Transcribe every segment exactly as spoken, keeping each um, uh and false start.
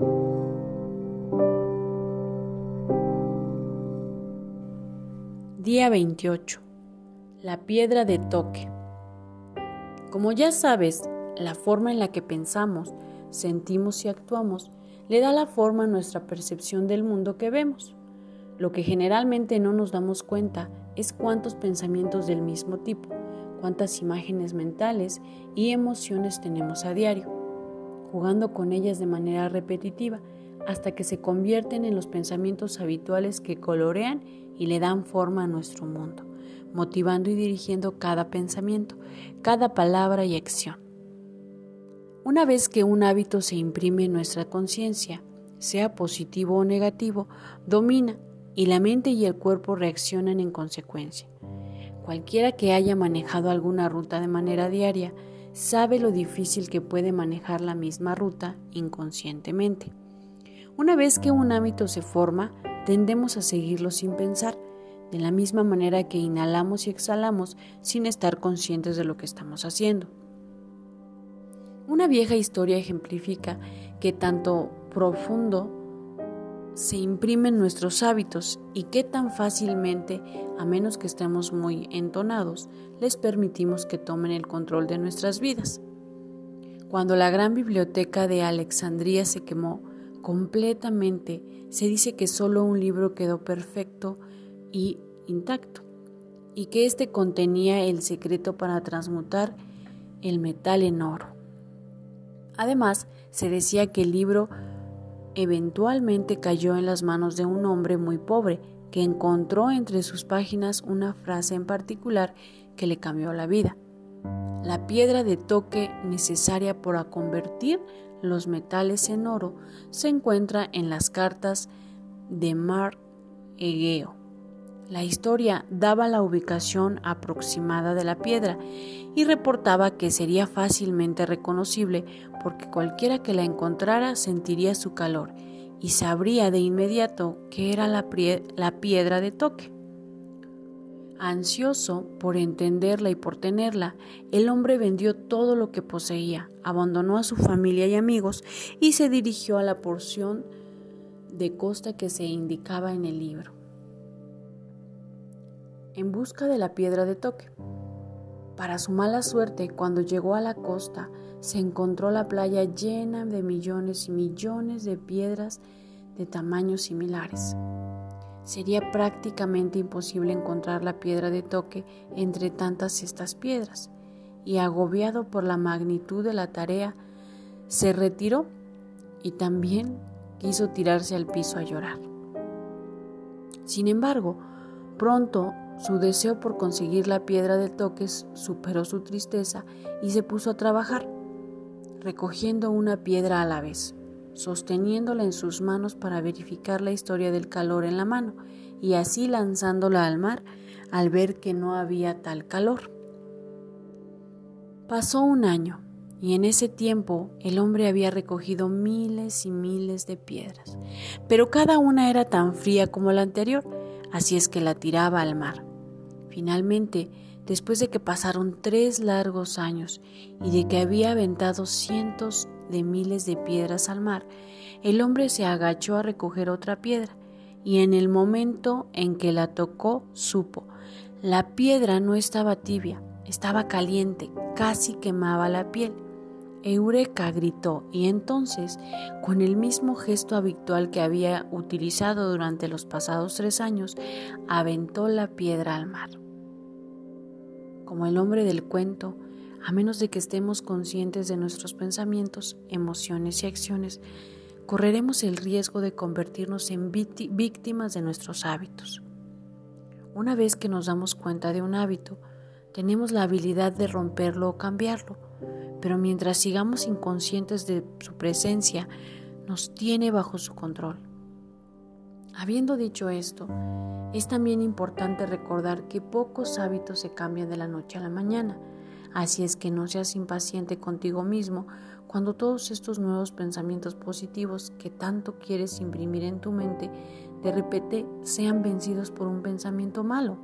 Día veintiocho. La piedra de toque. Como ya sabes, la forma en la que pensamos, sentimos y actuamos le da la forma a nuestra percepción del mundo que vemos. Lo que generalmente no nos damos cuenta es cuántos pensamientos del mismo tipo, cuántas imágenes mentales y emociones tenemos a diario, jugando con ellas de manera repetitiva hasta que se convierten en los pensamientos habituales que colorean y le dan forma a nuestro mundo, motivando y dirigiendo cada pensamiento, cada palabra y acción. Una vez que un hábito se imprime en nuestra conciencia, sea positivo o negativo, domina y la mente y el cuerpo reaccionan en consecuencia. Cualquiera que haya manejado alguna ruta de manera diaria sabe lo difícil que puede manejar la misma ruta inconscientemente. Una vez que un hábito se forma, tendemos a seguirlo sin pensar, de la misma manera que inhalamos y exhalamos sin estar conscientes de lo que estamos haciendo. Una vieja historia ejemplifica que tanto profundo se imprimen nuestros hábitos y que tan fácilmente, a menos que estemos muy entonados, les permitimos que tomen el control de nuestras vidas. Cuando la gran biblioteca de Alejandría se quemó completamente, se dice que solo un libro quedó perfecto y intacto, y que este contenía el secreto para transmutar el metal en oro. Además, se decía que el libro eventualmente cayó en las manos de un hombre muy pobre que encontró entre sus páginas una frase en particular que le cambió la vida. La piedra de toque necesaria para convertir los metales en oro se encuentra en las cartas de Mar Egeo. La historia daba la ubicación aproximada de la piedra y reportaba que sería fácilmente reconocible porque cualquiera que la encontrara sentiría su calor y sabría de inmediato que era la, prie- la piedra de toque. Ansioso por entenderla y por tenerla, el hombre vendió todo lo que poseía, abandonó a su familia y amigos y se dirigió a la porción de costa que se indicaba en el libro, en busca de la piedra de toque. Para su mala suerte, cuando llegó a la costa, se encontró la playa llena de millones y millones de piedras de tamaños similares. Sería prácticamente imposible encontrar la piedra de toque entre tantas estas piedras, y agobiado por la magnitud de la tarea, se retiró y también quiso tirarse al piso a llorar. Sin embargo, pronto su deseo por conseguir la piedra de toque superó su tristeza y se puso a trabajar, recogiendo una piedra a la vez, sosteniéndola en sus manos para verificar la historia del calor en la mano y así lanzándola al mar al ver que no había tal calor. Pasó un año y en ese tiempo el hombre había recogido miles y miles de piedras, pero cada una era tan fría como la anterior, así es que la tiraba al mar. Finalmente, después de que pasaron tres largos años y de que había aventado cientos de miles de piedras al mar, el hombre se agachó a recoger otra piedra y en el momento en que la tocó supo. La piedra no estaba tibia, estaba caliente, casi quemaba la piel. Eureka, gritó, y entonces, con el mismo gesto habitual que había utilizado durante los pasados tres años, aventó la piedra al mar. Como el hombre del cuento, a menos de que estemos conscientes de nuestros pensamientos, emociones y acciones, correremos el riesgo de convertirnos en víctimas de nuestros hábitos. Una vez que nos damos cuenta de un hábito, tenemos la habilidad de romperlo o cambiarlo, pero mientras sigamos inconscientes de su presencia, nos tiene bajo su control. Habiendo dicho esto, es también importante recordar que pocos hábitos se cambian de la noche a la mañana, así es que no seas impaciente contigo mismo cuando todos estos nuevos pensamientos positivos que tanto quieres imprimir en tu mente de repente sean vencidos por un pensamiento malo.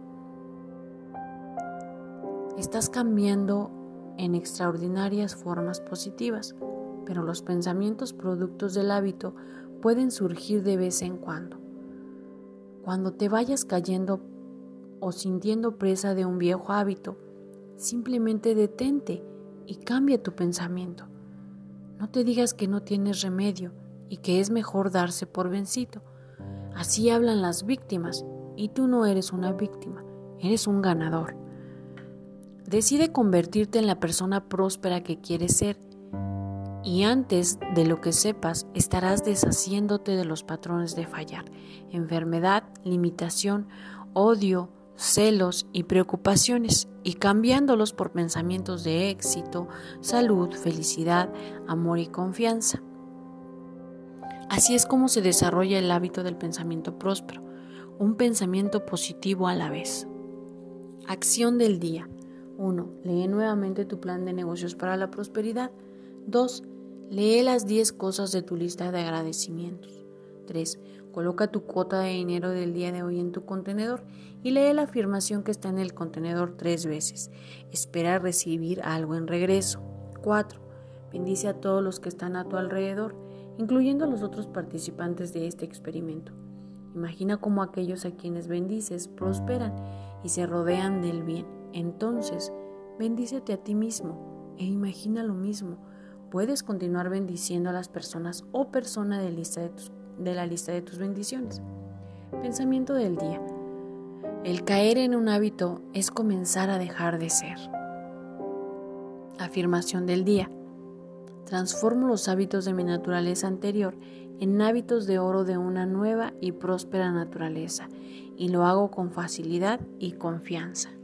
Estás cambiando en extraordinarias formas positivas, pero los pensamientos productos del hábito pueden surgir de vez en cuando. Cuando te vayas cayendo o sintiendo presa de un viejo hábito, simplemente detente y cambia tu pensamiento. No te digas que no tienes remedio y que es mejor darse por vencido. Así hablan las víctimas y tú no eres una víctima, eres un ganador. Decide convertirte en la persona próspera que quieres ser y antes de lo que sepas estarás deshaciéndote de los patrones de fallar, enfermedad, limitación, odio, celos y preocupaciones y cambiándolos por pensamientos de éxito, salud, felicidad, amor y confianza. Así es como se desarrolla el hábito del pensamiento próspero, un pensamiento positivo a la vez. Acción del día. uno. Lee nuevamente tu plan de negocios para la prosperidad. dos. Lee las diez cosas de tu lista de agradecimientos. tres. Coloca tu cuota de dinero del día de hoy en tu contenedor y lee la afirmación que está en el contenedor tres veces. Espera recibir algo en regreso. cuatro. Bendice a todos los que están a tu alrededor, incluyendo a los otros participantes de este experimento. Imagina cómo aquellos a quienes bendices prosperan y se rodean del bien. Entonces, bendícete a ti mismo e imagina lo mismo. Puedes continuar bendiciendo a las personas o persona de, lista de, tus, de la lista de tus bendiciones. Pensamiento del día. El caer en un hábito es comenzar a dejar de ser. Afirmación del día. Transformo los hábitos de mi naturaleza anterior en hábitos de oro de una nueva y próspera naturaleza, y lo hago con facilidad y confianza.